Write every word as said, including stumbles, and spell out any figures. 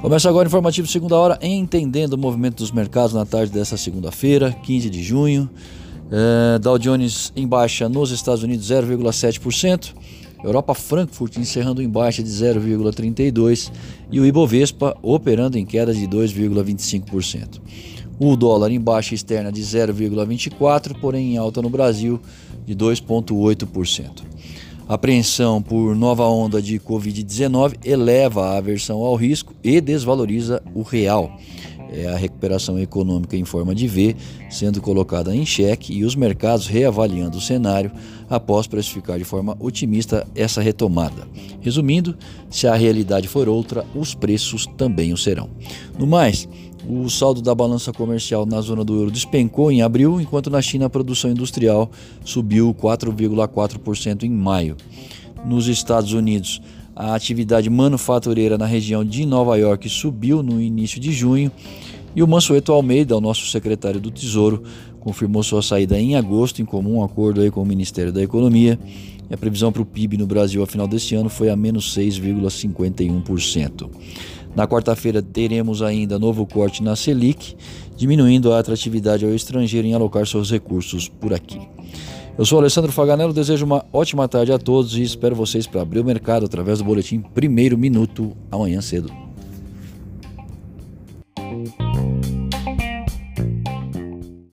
Começa agora o informativo segunda hora, entendendo o movimento dos mercados na tarde desta segunda-feira, quinze de junho. É, Dow Jones em baixa nos Estados Unidos zero vírgula sete por cento. Europa Frankfurt encerrando em baixa de zero vírgula trinta e dois por cento e o Ibovespa operando em queda de dois vírgula vinte e cinco por cento. O dólar em baixa externa de zero vírgula vinte e quatro por cento, porém em alta no Brasil de dois vírgula oito por cento. A apreensão por nova onda de covid dezenove eleva a aversão ao risco e desvaloriza o real. É a recuperação econômica em forma de V sendo colocada em xeque e os mercados reavaliando o cenário após precificar de forma otimista essa retomada. Resumindo, se a realidade for outra, os preços também o serão. No mais, o saldo da balança comercial na zona do euro despencou em abril, enquanto na China a produção industrial subiu quatro vírgula quatro por cento em maio. Nos Estados Unidos, a atividade manufatureira na região de Nova York subiu no início de junho e o Mansueto Almeida, o nosso secretário do Tesouro, confirmou sua saída em agosto em comum acordo aí com o Ministério da Economia. E a previsão para o P I B no Brasil a final deste ano foi a menos seis vírgula cinquenta e um por cento. Na quarta-feira teremos ainda novo corte na Selic, diminuindo a atratividade ao estrangeiro em alocar seus recursos por aqui. Eu sou Alessandro Faganello, desejo uma ótima tarde a todos e espero vocês para abrir o mercado através do boletim Primeiro Minuto amanhã cedo.